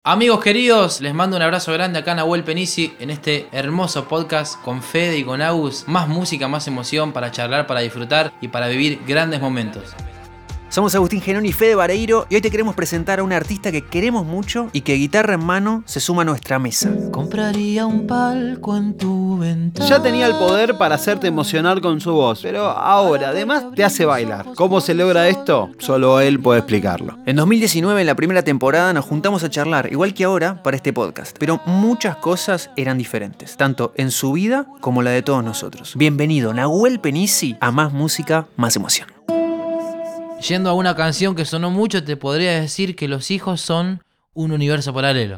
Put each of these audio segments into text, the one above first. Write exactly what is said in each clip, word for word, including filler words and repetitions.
Amigos queridos, les mando un abrazo grande acá a Nahuel Penisi en este hermoso podcast con Fede y con Agus. Más música, más emoción para charlar, para disfrutar y para vivir grandes momentos. Somos Agustín Genoni y Fede Vareiro y hoy te queremos presentar a una artista que queremos mucho y que guitarra en mano se suma a nuestra mesa. Compraría un palco en tu ventana. Ya tenía el poder para hacerte emocionar con su voz, pero ahora además te hace bailar. ¿Cómo se logra esto? Solo él puede explicarlo. En dos mil diecinueve, en la primera temporada, nos juntamos a charlar, igual que ahora, para este podcast. Pero muchas cosas eran diferentes, tanto en su vida como la de todos nosotros. Bienvenido, Nahuel Penisi, a Más Música, Más Emoción. Yendo a una canción que sonó mucho, te podría decir que los hijos son un universo paralelo.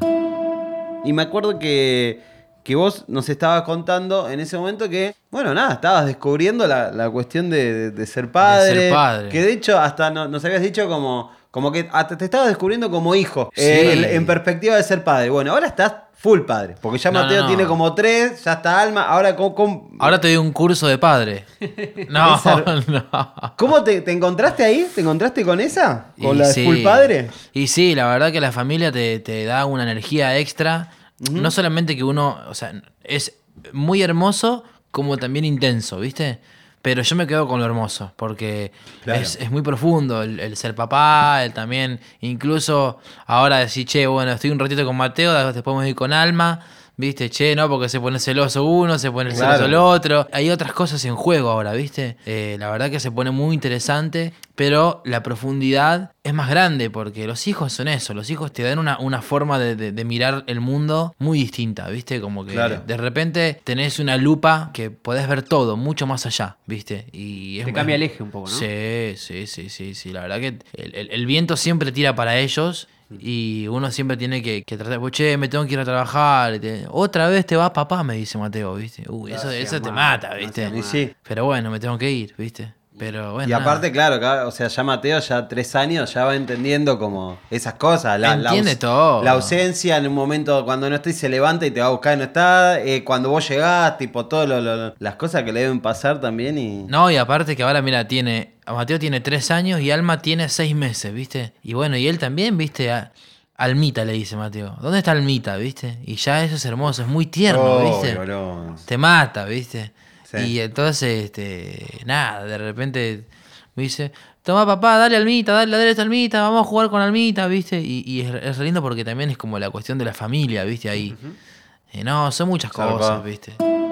Y me acuerdo que, que vos nos estabas contando en ese momento que, bueno, nada, estabas descubriendo la, la cuestión de, de, de ser padre. De ser padre. Que de hecho hasta no, nos habías dicho como, como que hasta te estabas descubriendo como hijo. Sí. eh, en, en perspectiva de ser padre. Bueno, ahora estás full padre. Porque ya No, Mateo no, no. tiene como tres, ya está Alma. Ahora, ¿cómo, cómo, Ahora te doy un curso de padre. No, Esa- no. ¿cómo te, te encontraste ahí? ¿Te encontraste con esa? ¿Con Y la de sí. full padre? Y sí, la verdad que la familia te, te da una energía extra. Uh-huh. No solamente que uno, o sea, es muy hermoso como también intenso, ¿viste? Pero yo me quedo con lo hermoso, porque Claro. es, es muy profundo el, el ser papá, el también, incluso ahora decir, che, bueno, estoy un ratito con Mateo, después podemos ir con Alma, ¿viste? Che, no, porque se pone celoso uno, se pone Claro. celoso el otro. Hay otras cosas en juego ahora, ¿viste? Eh, la verdad que se pone muy interesante, pero la profundidad es más grande porque los hijos son eso. Los hijos te dan una, una forma de, de, de mirar el mundo muy distinta, ¿viste? Como que Claro. de repente tenés una lupa que podés ver todo, mucho más allá, ¿viste? Y es, Te cambia el eje un poco, ¿no? Sí, sí, sí, sí, sí. La verdad que el, el- el viento siempre tira para ellos. Y uno siempre tiene que, que tratar, pues, che, me tengo que ir a trabajar. y te- Otra vez te vas, papá, me dice Mateo, ¿viste? Uy, eso, Gracias, eso te mamá. mata, ¿viste? Gracias, Y sí. Pero bueno, me tengo que ir, ¿viste? Pero bueno. Y aparte, nada. claro, ca- o sea, ya Mateo, ya tres años, ya va entendiendo como esas cosas. La, la Entiende aus- todo. La ausencia en un momento cuando no estoy se levanta y te va a buscar y no está. eh, cuando vos llegás, tipo, todas las cosas que le deben pasar también. Y... No, y aparte que ahora, mira, tiene. Mateo tiene tres años y Alma tiene seis meses, ¿viste? Y bueno, y él también, ¿viste? A- Almita le dice Mateo. ¿Dónde está Almita, viste? Y ya eso es hermoso, es muy tierno, Oh, ¿viste? boludo. Te mata, ¿viste? Sí. Y entonces, este, nada, de repente me dice, toma papá, dale Almita, dale, dale esta Almita, vamos a jugar con Almita, ¿viste? Y, y es, es re lindo porque también es como la cuestión de la familia, ¿viste? Ahí. Eh, no, son muchas Zarpado. cosas, ¿viste?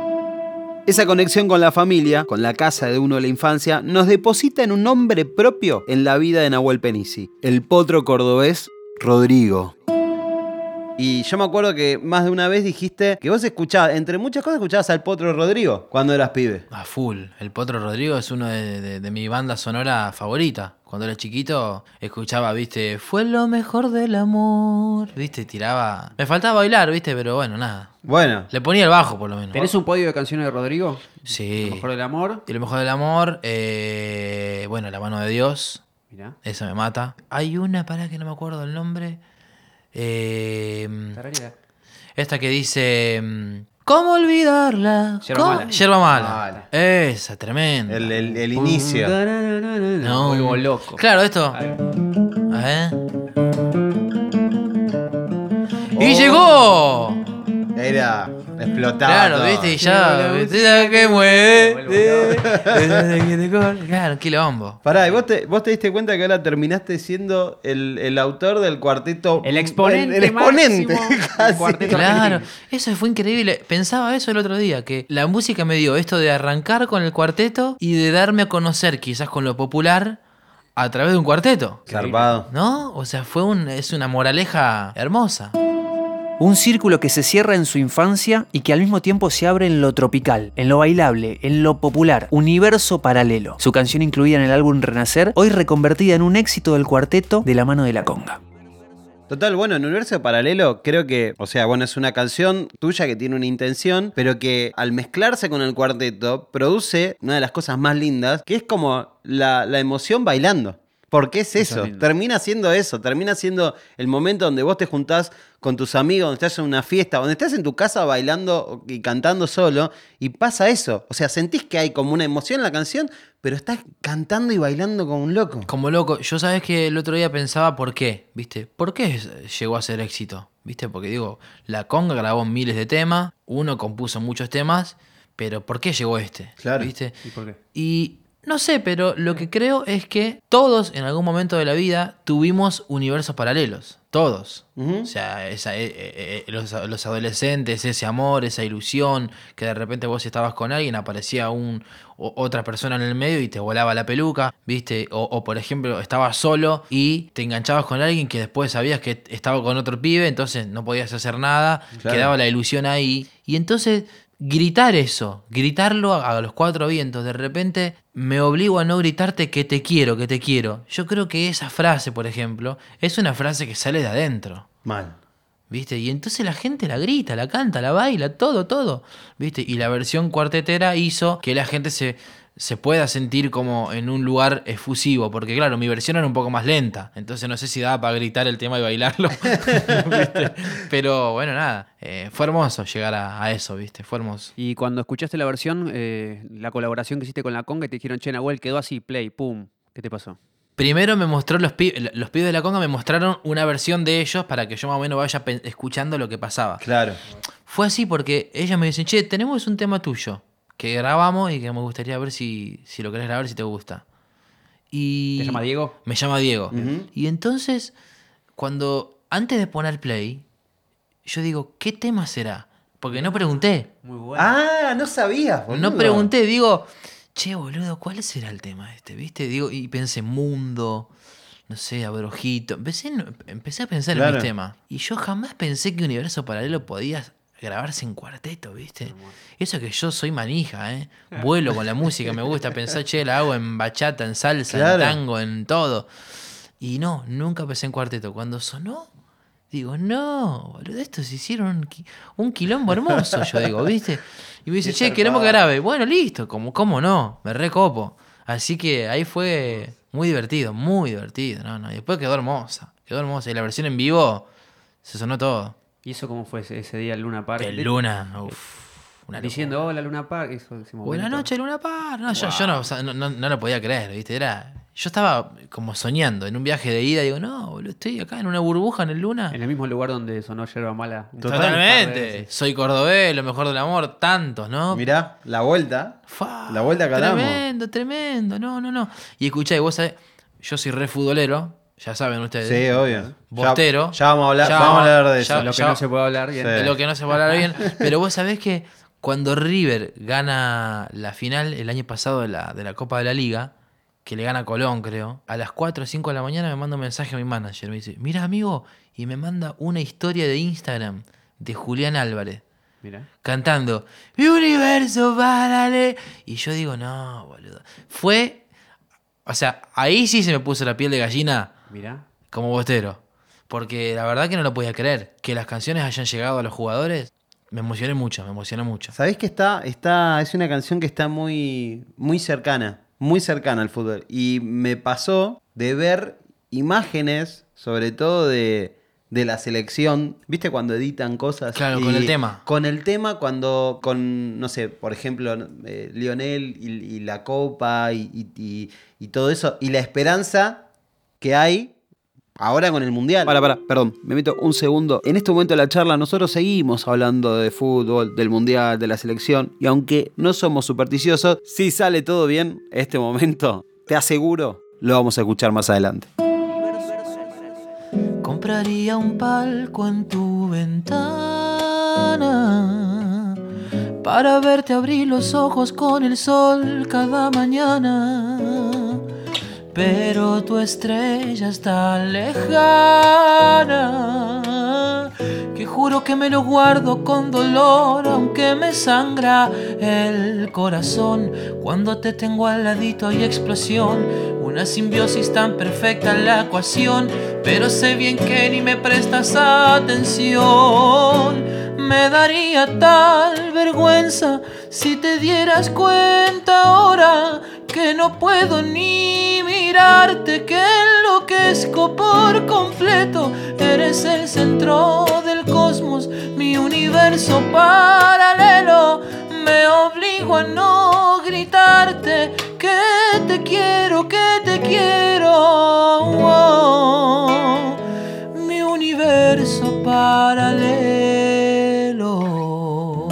Esa conexión con la familia, con la casa de uno de la infancia, nos deposita en un nombre propio en la vida de Nahuel Penisi, el potro cordobés Rodrigo. Y yo me acuerdo que más de una vez dijiste que vos escuchabas, entre muchas cosas, escuchabas al potro Rodrigo cuando eras pibe. A full. El Potro Rodrigo es uno de, de- de mi banda sonora favorita. Cuando era chiquito escuchaba, viste, fue lo mejor del amor. Viste, tiraba. Me faltaba bailar, viste, pero bueno, nada. Bueno, Le ponía el bajo por lo menos. ¿Tenés un podio de canciones de Rodrigo? Sí. Lo mejor del amor. Y lo mejor del amor, eh, bueno, La mano de Dios. Mirá. Esa me mata. Hay una, para que no me acuerdo el nombre. Eh, Tararea. esta que dice. mm, ¿Cómo olvidarla? Yerba ¿Cómo? mala. Yerba mala. Mala. Esa, tremenda. el, el- el inicio. No. No. Vuelvo loco. Claro, esto. Ahí. A ver. ¡Y llegó! Era explotado. Claro, viste, y ya. ¿Viste que mueve? Claro, quilombo. Pará, ¿y vos te, vos te diste cuenta que ahora terminaste siendo el, el autor del cuarteto? El exponente. El, el exponente. máximo del casi. cuarteto Claro, argentino. eso fue increíble. Pensaba eso el otro día, que la música me dio esto de arrancar con el cuarteto y de darme a conocer quizás con lo popular a través de un cuarteto. Zarpado. ¿No? O sea, fue un, es una moraleja hermosa. Un círculo que se cierra en su infancia y que al mismo tiempo se abre en lo tropical, en lo bailable, en lo popular, universo paralelo. Su canción incluida en el álbum Renacer, hoy reconvertida en un éxito del cuarteto de la mano de la conga. Total, bueno, en Universo Paralelo creo que, o sea, bueno, es una canción tuya que tiene una intención, pero que al mezclarse con el cuarteto produce una de las cosas más lindas, que es como la, la emoción bailando. Porque es Eso eso, es lindo. termina siendo eso, termina siendo el momento donde vos te juntás con tus amigos, donde estás en una fiesta, donde estás en tu casa bailando y cantando solo, y pasa eso. O sea, sentís que hay como una emoción en la canción, pero estás cantando y bailando como un loco. Como loco, yo sabes que el otro día pensaba por qué, ¿viste? ¿Por qué llegó a ser éxito? ¿Viste? Porque digo, la conga grabó miles de temas, uno compuso muchos temas, pero ¿por qué llegó este? Claro. ¿Viste? ¿Y por qué? Y no sé, pero lo que creo es que todos en algún momento de la vida tuvimos universos paralelos. Todos. Ujú. O sea, esa, eh, eh, eh, los, los adolescentes, ese amor, esa ilusión, que de repente vos estabas con alguien, aparecía un, o, otra persona en el medio y te volaba la peluca, ¿viste? O, o por ejemplo, estabas solo y te enganchabas con alguien que después sabías que estaba con otro pibe, entonces no podías hacer nada, Claro. quedaba la ilusión ahí. Y entonces gritar eso, gritarlo a, a los cuatro vientos, de repente me obligo a no gritarte que te quiero, que te quiero. Yo creo que esa frase, por ejemplo, es una frase que sale de adentro, Mal. ¿viste? Y entonces la gente la grita, la canta, la baila, todo, todo, ¿viste? Y la versión cuartetera hizo que la gente se, se pueda sentir como en un lugar efusivo, porque claro, mi versión era un poco más lenta, entonces no sé si daba para gritar el tema y bailarlo, ¿viste? Pero bueno, nada, eh, fue hermoso llegar a, a eso, ¿viste? Fue hermoso. Y cuando escuchaste la versión, eh, la colaboración que hiciste con la conga, y te dijeron, che, Nahuel, quedó así, play, pum. ¿Qué te pasó? Primero me mostró los pibes, los pibes de la conga me mostraron una versión de ellos para que yo más o menos vaya pe- escuchando lo que pasaba. Claro. Fue así porque ellos me dicen, che, tenemos un tema tuyo que grabamos y que me gustaría ver si, si lo querés grabar, si te gusta. Y ¿Te llama Diego? Me llama Diego. Ujú. Y entonces, cuando, antes de poner play, yo digo, ¿qué tema será? Porque no pregunté. Muy bueno. Ah, no sabías, boludo. No pregunté, digo, che, boludo, ¿cuál será el tema este? ¿Viste? Digo, y pensé, Mundo, no sé, Abrojito. Empecé, en- empecé a pensar en Claro. mis temas. Y yo jamás pensé que Universo Paralelo podía grabarse en cuarteto, ¿viste? Eso que yo soy manija, ¿eh? Vuelo con la música, me gusta pensar, che, la hago en bachata, en salsa, Claro. en tango, en todo. Y no, nunca pensé en cuarteto. Cuando sonó, digo, no, boludo, estos hicieron un, qui- un quilombo hermoso, yo digo, ¿viste? Y me dice, Qué che, queremos que zarpado. grabe. Bueno, listo, como, ¿cómo no? Me recopo. Así que ahí fue muy divertido, muy divertido, ¿no? no. Y después quedó hermosa, quedó hermosa. Y la versión en vivo se sonó todo. ¿Y eso cómo fue ese, ese día, el Luna Park? Que Luna, uff. Una Diciendo, hola, Luna Park. Eso, ese Buenas momento. noches, Luna Park. No, yo, yo no, o sea, no, no- no lo podía creer, ¿viste? Era, yo estaba como soñando en un viaje de ida. Digo, no, boludo, estoy acá en una burbuja en el Luna. En el mismo lugar donde sonó Yerba Mala. un Total. par de Totalmente. veces. Soy cordobés, lo mejor del amor, tantos, ¿no? Mirá, la vuelta. Fua, La vuelta que damos. Tremendo, tremendo. No, no, no. Y escuchá, y vos sabés, yo soy re futbolero, ya saben ustedes. Sí, obvio. Bostero. Ya, ya vamos a hablar, Ya ya vamos a hablar de ya- eso. Lo que ya- no se puede hablar bien. Sí. de lo que no se puede hablar bien. Pero vos sabés que cuando River gana la final el año pasado de la, de la Copa de la Liga, que le gana a Colón, creo, a las cuatro o cinco de la mañana me manda un mensaje a mi manager. Me dice, mira, amigo, y me manda una historia de Instagram de Julián Álvarez Mira. cantando Mi universo paralelo. Y yo digo, no, boludo. Fue, o sea, ahí sí se me puso la piel de gallina Mira. como bostero. Porque la verdad que no lo podía creer. Que las canciones hayan llegado a los jugadores, me emocioné mucho, me emocionó mucho. ¿Sabés que está, está, es una canción que está muy, muy cercana, muy cercana al fútbol? Y me pasó de ver imágenes, sobre todo de, de la selección, ¿viste cuando editan cosas? Claro, Y con el tema. Con el tema cuando, con, no sé, por ejemplo, eh, Lionel y, y la Copa y, y- y- y todo eso, y la esperanza que hay ahora con el Mundial. Para, para, perdón, me meto un segundo. En este momento de la charla nosotros seguimos hablando de fútbol, del mundial, de la selección. Y aunque no somos supersticiosos, si sale todo bien, este momento, te aseguro, lo vamos a escuchar más adelante. Compraría un palco en tu ventana para verte abrir los ojos con el sol cada mañana. Pero tu estrella está lejana, que juro que me lo guardo con dolor, aunque me sangra el corazón. Cuando te tengo al ladito hay explosión, una simbiosis tan perfecta en la ecuación. Pero sé bien que ni me prestas atención. Me daría tal vergüenza si te dieras cuenta ahora que no puedo ni mirarte, que enloquezco por completo. Eres el centro del cosmos, mi universo paralelo. Me obligo a no gritarte que te quiero, que te quiero. Oh, mi universo paralelo.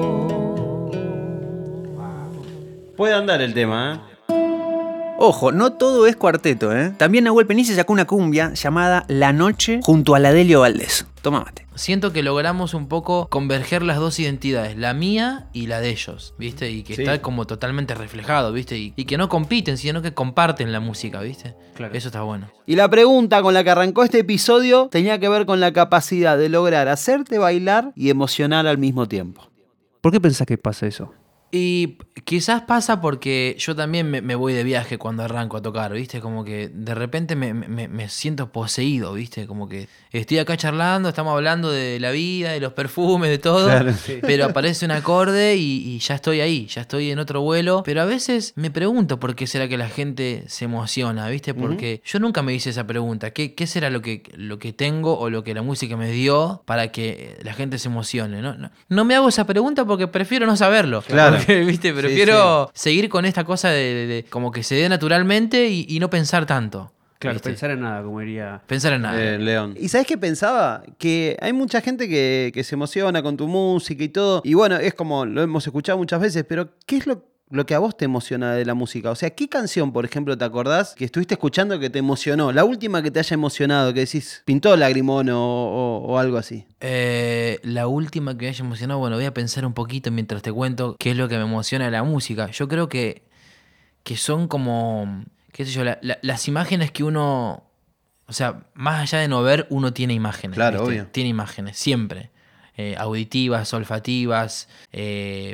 Puede andar el tema, ¿eh? Ojo, no todo es cuarteto, ¿eh? También Nahuel Penici sacó una cumbia llamada La Noche junto a la Delio Valdés. Toma mate. Siento que logramos un poco converger las dos identidades, la mía y la de ellos, ¿viste? Y que Sí. está como totalmente reflejado, ¿viste? Y, y que no compiten, sino que comparten la música, ¿viste? Claro. Eso está bueno. Y la pregunta con la que arrancó este episodio tenía que ver con la capacidad de lograr hacerte bailar y emocionar al mismo tiempo. ¿Por qué pensás que pasa eso? Y quizás pasa porque yo también me, me voy de viaje cuando arranco a tocar, ¿viste? Como que de repente me, me, me siento poseído, ¿viste? Como que estoy acá charlando, estamos hablando de la vida, de los perfumes, de todo. Claro. Pero aparece un acorde y, y ya estoy ahí, ya estoy en otro vuelo. Pero a veces me pregunto por qué será que la gente se emociona, ¿viste? Porque yo nunca me hice esa pregunta. ¿Qué, qué será lo que, lo que tengo o lo que la música me dio para que la gente se emocione? No, no, no me hago esa pregunta porque prefiero no saberlo. Claro. Porque, ¿viste? Sí, Prefiero seguir con esta cosa de, de- de como que se dé naturalmente y, y no pensar tanto. Claro, ¿viste? pensar en nada, como diría. Pensar en nada. Eh, León. ¿Y sabes qué pensaba? Que hay mucha gente que, que se emociona con tu música y todo. Y bueno, es como lo hemos escuchado muchas veces, pero ¿qué es lo, lo que a vos te emociona de la música? O sea, ¿qué canción, por ejemplo, te acordás que estuviste escuchando que te emocionó? La última que te haya emocionado, que decís, pintó lagrimón o, o- o algo así. Eh, la última que me haya emocionado, bueno, voy a pensar un poquito mientras te cuento qué es lo que me emociona de la música. Yo creo que, que son como, qué sé yo, la- la- las imágenes que uno, o sea, más allá de no ver, uno tiene imágenes. Claro, ¿viste? obvio. Tiene imágenes, siempre. Eh, auditivas, olfativas, eh,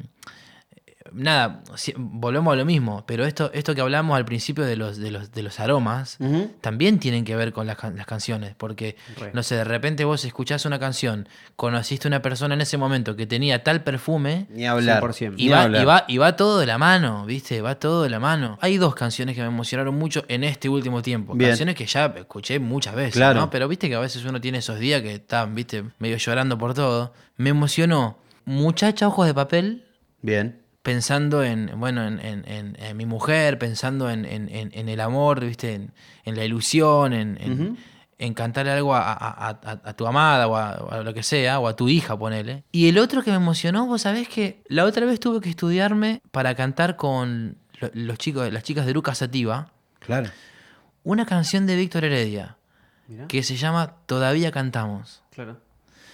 nada, si- volvemos a lo mismo, pero esto, esto que hablamos al principio de los, de los, de los aromas, Ujú. también tienen que ver con las, can- las canciones, porque, Re. no sé, de repente vos escuchás una canción, conociste una persona en ese momento que tenía tal perfume, Ni hablar. cien por ciento. y Ni va, hablar. y, va, y va todo de la mano, ¿viste? Va todo de la mano. Hay dos canciones que me emocionaron mucho en este último tiempo. Bien. Canciones que ya escuché muchas veces, Claro. ¿no? Pero viste que a veces uno tiene esos días que están, viste, medio llorando por todo. Me emocionó Muchacha Ojos de Papel, Bien. pensando en, bueno, en, en- en- en mi mujer, pensando en, en- en- en el amor, ¿viste? En, en la ilusión, en, en, Ujú. en cantarle algo a, a- a- a- a tu amada o a, o a lo que sea, o a tu hija, ponele. Y el otro que me emocionó, vos sabés que la otra vez tuve que estudiarme para cantar con lo- los chicos, las chicas de Lucas Sativa, Claro. una canción de Víctor Heredia, Mirá. que se llama Todavía Cantamos. Claro.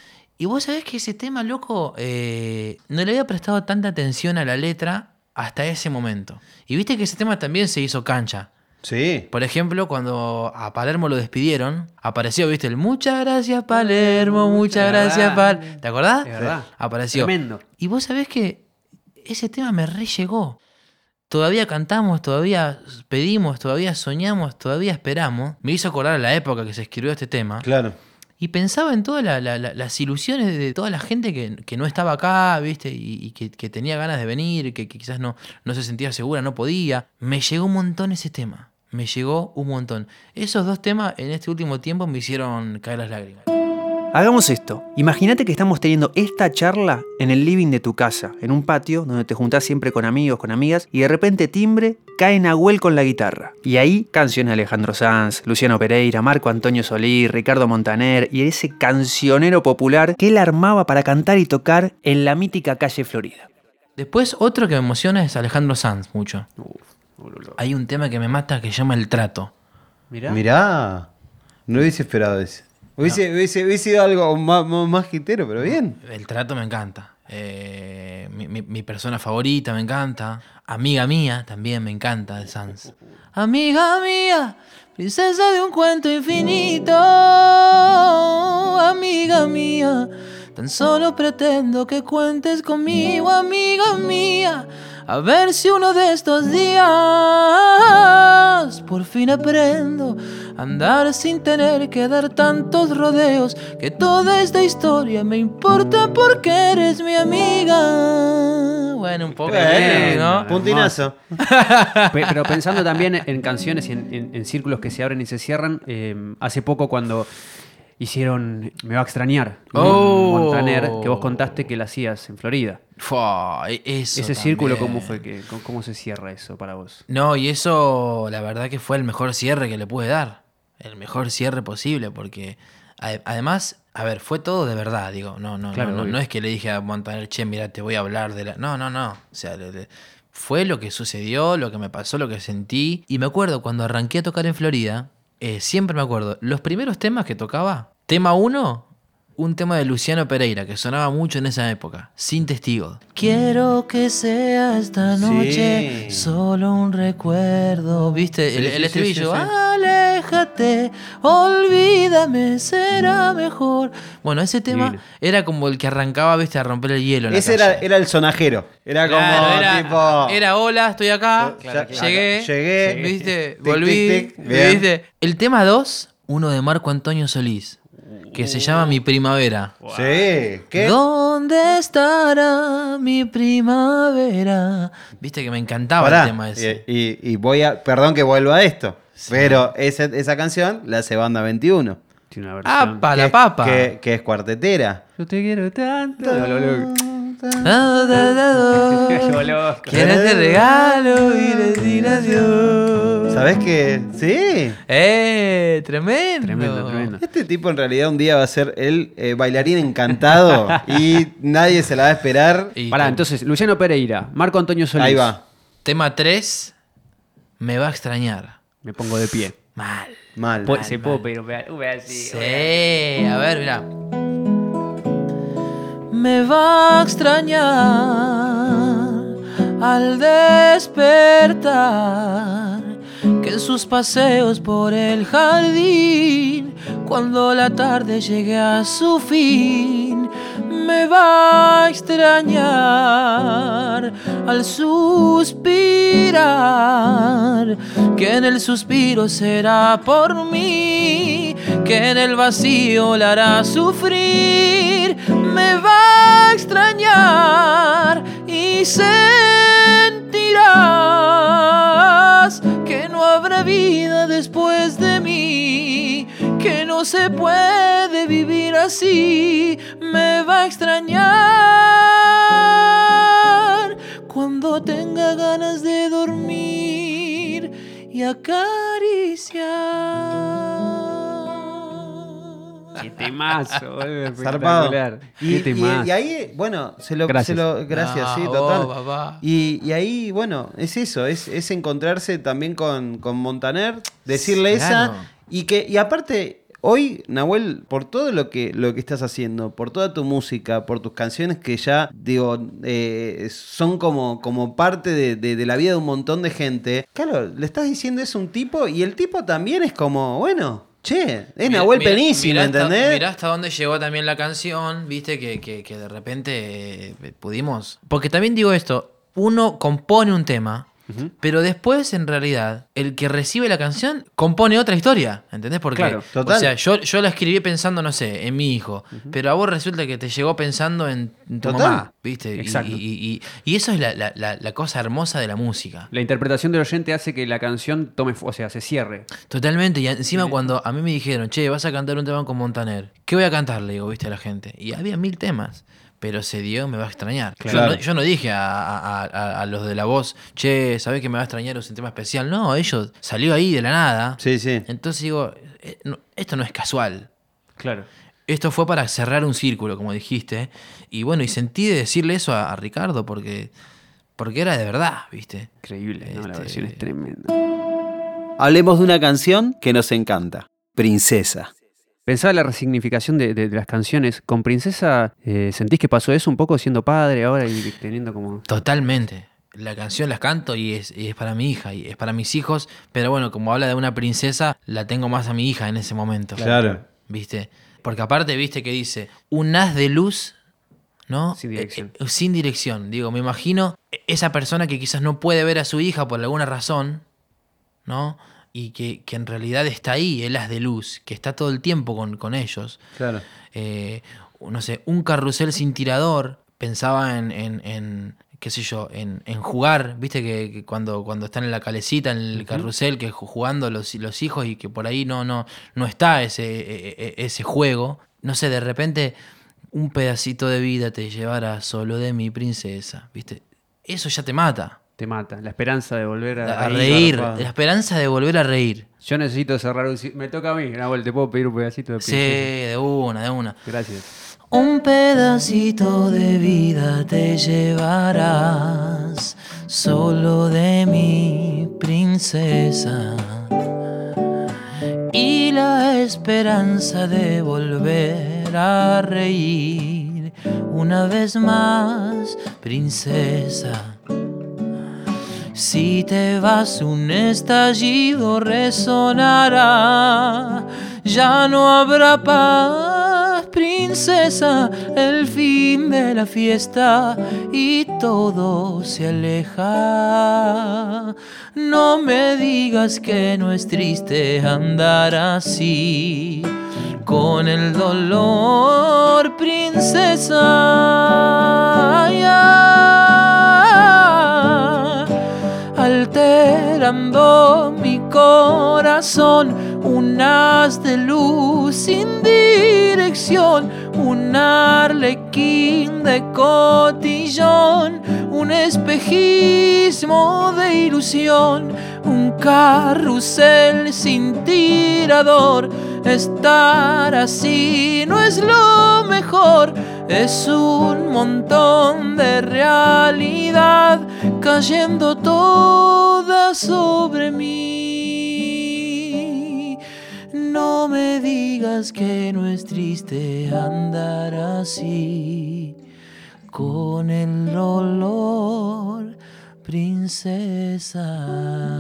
Y vos sabés que ese tema, loco, eh, no le había prestado tanta atención a la letra hasta ese momento. Y viste que ese tema también se hizo cancha. Sí. Por ejemplo, cuando a Palermo lo despidieron, apareció, viste, el muchas gracias Palermo, muchas Es gracias verdad. Palermo. ¿Te acordás? Es verdad. Apareció. Tremendo. Y vos sabés que ese tema me re llegó. Todavía cantamos, todavía pedimos, todavía soñamos, todavía esperamos. Me hizo acordar a la época que se escribió este tema. Claro. Y pensaba en todas la- la- la- las ilusiones de toda la gente que, que no estaba acá, ¿viste? Y, y que, que tenía ganas de venir, que, que quizás no, no se sentía segura, no podía. Me llegó un montón ese tema. Me llegó un montón. Esos dos temas en este último tiempo me hicieron caer las lágrimas. Hagamos esto. Imagínate que estamos teniendo esta charla en el living de tu casa, en un patio donde te juntás siempre con amigos, con amigas, y de repente timbre, cae Nahuel con la guitarra. Y ahí canciones de Alejandro Sanz, Luciano Pereira, Marco Antonio Solís, Ricardo Montaner y ese cancionero popular que él armaba para cantar y tocar en la mítica calle Florida. Después, otro que me emociona es Alejandro Sanz, mucho. Uf, boludo. Hay un tema que me mata que se llama El Trato. Mirá. Mirá. No hubiese esperado eso. Hubiese, hubiese, hubiese sido algo más, más, más gitero, pero bien. El Trato me encanta. Eh, mi, mi- mi persona favorita me encanta. Amiga mía también me encanta de Sanz. Amiga mía, princesa de un cuento infinito. Amiga mía, tan solo pretendo que cuentes conmigo, amiga mía. A ver si uno de estos días por fin aprendo a andar sin tener que dar tantos rodeos. Que toda esta historia me importa porque eres mi amiga. bueno, un poco, Bueno, ¿no? puntinazo. Pe- Pero pensando también en canciones y en, en- en círculos que se abren y se cierran, eh, hace poco cuando hicieron Me va a extrañar, ¿no? Oh. Montaner, que vos contaste que la hacías en Florida. Fua, e- eso Ese círculo, también. ¿cómo fue? Que, cómo, cómo se cierra eso para vos? No, y eso la verdad que fue el mejor cierre que le pude dar. El mejor cierre posible, porque a- además, a ver, fue todo de verdad, digo, no, no, Claro, no, no, obvio. no es que le dije a Montaner, che, mira, te voy a hablar de la. No, no, no. O sea, le- le- fue lo que sucedió, lo que me pasó, lo que sentí. Y me acuerdo cuando arranqué a tocar en Florida, eh, siempre me acuerdo, los primeros temas que tocaba, tema uno, un tema de Luciano Pereira, que sonaba mucho en esa época, Sin Testigos. Quiero que sea esta noche Sí. solo un recuerdo. ¿Viste? El, Sí, el sí, sí, estribillo. sí, sí. Aléjate, olvídame, será mejor. Bueno, ese tema Divino. era como el que arrancaba, viste, a romper el hielo en la Ese era, calle. era el sonajero. Era como Claro, era, tipo. era, hola, estoy acá, Claro, claro. llegué, Llegué. viste, Tic, volví, tic, tic. Bien. viste. El tema dos, uno de Marco Antonio Solís, que se llama Mi Primavera. Sí. ¿Qué? ¿Dónde estará mi primavera? Viste que me encantaba Pará, el tema ese. Y, y- y voy a. Perdón que vuelva a esto. Pero esa, esa canción la hace Banda veintiuno. Tiene una versión. ¡Apa, que la es- papa! Que, que es cuartetera. Yo te quiero tanto. No, lo- lo- Da, da, da, da. Yo loco. Quiero este regalo y decir adiós. ¿Sabés qué? Sí. ¡Eh! Tremendo. Tremendo, tremendo. Este tipo en realidad un día va a ser el eh, bailarín encantado y nadie se la va a esperar. Y Pará, tem- entonces, Luciano Pereira, Marco Antonio Solís. Ahí va. Tema tres, me va a extrañar. Me pongo de pie. Mal. Mal. Po- Se puedo pedir un peda- un pedacito. Sí, a ver, mira. Me va a extrañar al despertar, que en sus paseos por el jardín, cuando la tarde llegue a su fin, me va a extrañar al suspirar, que en el suspiro será por mí, que en el vacío la hará sufrir. Me va a extrañar y sentirás que no habrá vida después de mí, que no se puede vivir así. Me va a extrañar cuando tenga ganas de dormir y acariciar. Qué temazo, boludo, Zarpado. espectacular. Y, Qué y- temazo. y ahí, bueno, se lo, Gracias. se lo- gracias, Ah, sí, vos, total. papá. Y, y ahí, bueno, es eso, es, es encontrarse también con, con Montaner, decirle Claro. esa. Y que, y aparte, hoy, Nahuel, por todo lo que, lo que estás haciendo, por toda tu música, por tus canciones que ya, digo, eh, son como, como parte de, de- de la vida de un montón de gente. Claro, le estás diciendo eso a un tipo y el tipo también es como, bueno, che, es Mira- Nahuel mira- Penisi, mirá ¿me hasta- entendés? Mirá hasta dónde llegó también la canción, viste, que, que- que de repente eh, pudimos. Porque también digo esto, uno compone un tema, pero después, en realidad, el que recibe la canción compone otra historia, ¿entendés? Porque, Claro, total. o sea, yo, yo la escribí pensando, no sé, en mi hijo, pero a vos resulta que te llegó pensando en tu Total. mamá, ¿viste? Y- Exacto. Y, y- y- y eso es la, la- la- la cosa hermosa de la música. La interpretación del oyente hace que la canción tome, fu- o sea, se cierre. Totalmente, y encima cuando a mí me dijeron, che, vas a cantar un tema con Montaner, ¿qué voy a cantar? Le digo, viste, a la gente. Y había mil temas, pero se dio, me va a extrañar. Yo Claro. no- Yo, no, dije a, a- a- a los de la voz, che, ¿sabés que me va a extrañar? Es un tema especial. No, ellos salió ahí de la nada. Sí, sí. Entonces digo, eh, no, esto no es casual. Claro. Esto fue para cerrar un círculo, como dijiste. Y bueno, y sentí de decirle eso a, a Ricardo porque, porque era de verdad, ¿viste? Increíble, ¿no? La Este- versión es tremenda. Hablemos de una canción que nos encanta. Princesa. Pensaba en la resignificación de, de- de las canciones. ¿Con Princesa eh, sentís que pasó eso un poco siendo padre ahora y teniendo como... Totalmente. La canción las canto y es, y es para mi hija y es para mis hijos, pero bueno, como habla de una princesa, la tengo más a mi hija en ese momento. Claro. ¿Viste? Porque aparte, viste que dice, un haz de luz, ¿no? Sin dirección. Eh, eh, sin dirección. Digo, me imagino esa persona que quizás no puede ver a su hija por alguna razón, ¿no? Y que, que en realidad está ahí, el haz de luz, que está todo el tiempo con, con ellos. Claro. Eh, no sé, un carrusel sin tirador. Pensaba en, en- en qué sé yo, en, en jugar, viste que, que cuando, cuando están en la calecita, en el uh-huh. carrusel, que jugando los, los hijos y que por ahí no, no, no está ese, ese juego, no sé, de repente un pedacito de vida te llevará solo de mi princesa, viste, eso ya te mata. Te mata, la esperanza de volver a, a reír, reír la esperanza de volver a reír. Yo necesito cerrar un... Me toca a mí, Nahuel, ¿te puedo pedir un pedacito de princesa? Sí, de una, de una. Gracias. Un pedacito de vida te llevarás solo de mi princesa y la esperanza de volver a reír una vez más, princesa. Si te vas un estallido resonará, ya no habrá paz, princesa, el fin de la fiesta y todo se aleja. No me digas que no es triste andar así, con el dolor, princesa. Ya, alterando mi corazón, un haz de luz sin dirección, un arlequín de cotillón, un espejismo de ilusión, un carrusel sin tirador. Estar así no es lo mejor, es un montón de realidad cayendo toda sobre mí. No me digas que no es triste andar así, con el dolor, princesa.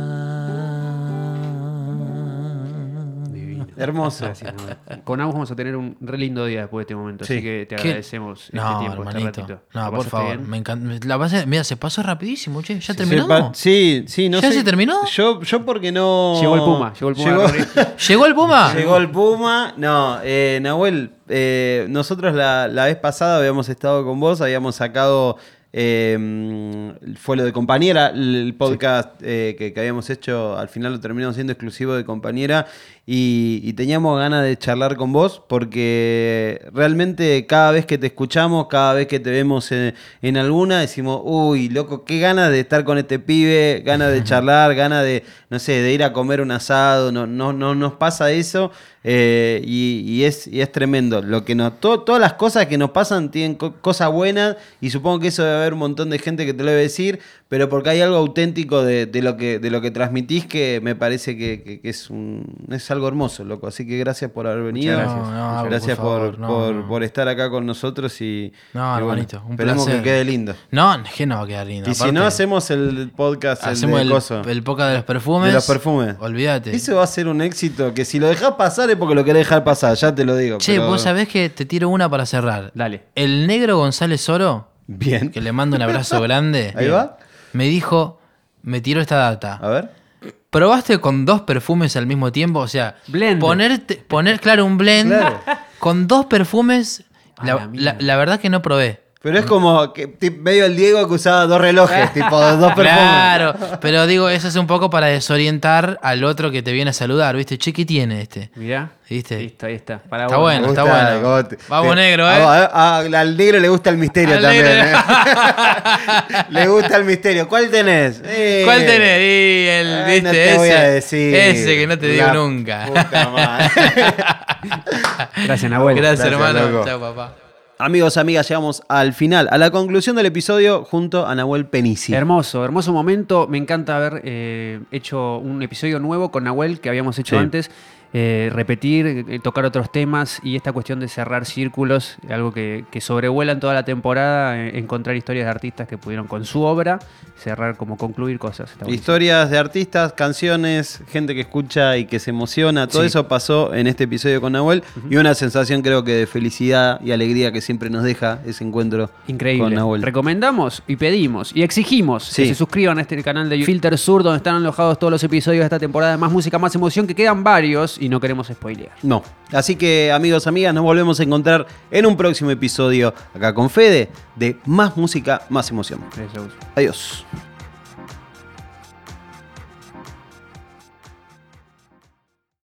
Hermoso. Gracias, Nahuel. Con Agus vamos a tener un re lindo día después de este momento, Sí. así que te ¿Qué? agradecemos este No, tiempo, hermanito. este ratito. No, ¿Lo por pasaste favor, bien? me encanta. La base, mira, se pasó rapidísimo, che. ¿Ya Se terminamos? pa- Sí, sí, no ¿Ya sé. se terminó? Yo, yo porque no... Llegó el Puma, llegó el Puma. Llegó, Rodri. ¿Llegó el Puma? llegó el Puma. No, eh, Nahuel, eh, nosotros la, la vez pasada habíamos estado con vos, habíamos sacado... Eh, fue lo de Compañera, el podcast sí. eh, que, que habíamos hecho, al final lo terminamos siendo exclusivo de Compañera y, y teníamos ganas de charlar con vos porque realmente cada vez que te escuchamos, cada vez que te vemos en, en alguna, decimos, uy, loco, qué ganas de estar con este pibe, ganas de charlar, ganas de, no sé, de ir a comer un asado, no, no, no nos pasa eso. Eh, y, y, es, y es tremendo. Lo que nos, to, todas las cosas que nos pasan tienen co cosas buenas y supongo que eso debe haber un montón de gente que te lo debe decir, pero porque hay algo auténtico de, de, lo, que, de lo que transmitís que me parece que, que, que es, un, es algo hermoso, loco. Así que gracias por haber venido. Muchas gracias. No, no, gracias por, por, favor, no, por, no. por estar acá con nosotros y, No, y hermanito, bueno, un esperemos placer. que quede lindo. No, es que no va a quedar lindo. Y Aparte, si no hacemos el podcast, hacemos el el, de coso, el podcast de los perfumes. de los perfumes. Olvídate. Eso va a ser un éxito que si lo dejás pasar es porque lo querés dejar pasar, ya te lo digo. Che, pero... vos sabés que te tiro una para cerrar. Dale. El negro González Oro, Bien. que le mando un abrazo grande. Ahí va. Me dijo, me tiró esta data. A ver. ¿Probaste con dos perfumes al mismo tiempo? O sea, Blend. ponerte, poner, claro, un blend Claro. con dos perfumes. A La, la mierda. la- la verdad que no probé. Pero es como que tip- medio el Diego que usaba dos relojes, tipo dos perfumes. Claro, pero digo, eso es un poco para desorientar al otro que te viene a saludar, ¿viste? Che, ¿qué tiene este? Mirá. ¿Viste? Listo, ahí está. Para Está vos. bueno, Me está gusta, bueno. como te- Vamos te- negro, a- ¿eh? a- a- al negro le gusta el misterio Al también. negro. ¿eh? Le gusta el misterio. ¿Cuál tenés? Eh, ¿Cuál tenés? Y el, eh, ¿viste? no te ese, voy a decir. ese que no te digo La nunca. puta madre. Gracias, Nahuel. Gracias, Gracias, hermano. loco. Chao, papá. Amigos, amigas, llegamos al final, a la conclusión del episodio junto a Nahuel Penici. Hermoso, hermoso momento. Me encanta haber eh, hecho un episodio nuevo con Nahuel que habíamos hecho Sí. antes. Eh, repetir, eh, tocar otros temas y esta cuestión de cerrar círculos, algo que, que sobrevuelan toda la temporada, eh, encontrar historias de artistas que pudieron con su obra cerrar, como concluir cosas. Está buenísimo. Historias de artistas, canciones, gente que escucha y que se emociona. Todo Sí. eso pasó en este episodio con Nahuel. Y una sensación creo que de felicidad y alegría que siempre nos deja ese encuentro Increíble. con Nahuel. Recomendamos y pedimos y exigimos Sí. que se suscriban a este canal de Filter Sur, donde están alojados todos los episodios de esta temporada de Más Música, Más Emoción, que quedan varios y no queremos spoilear. No. Así que, amigos, amigas, nos volvemos a encontrar en un próximo episodio acá con Fede de Más Música, Más Emoción. Gracias. Adiós.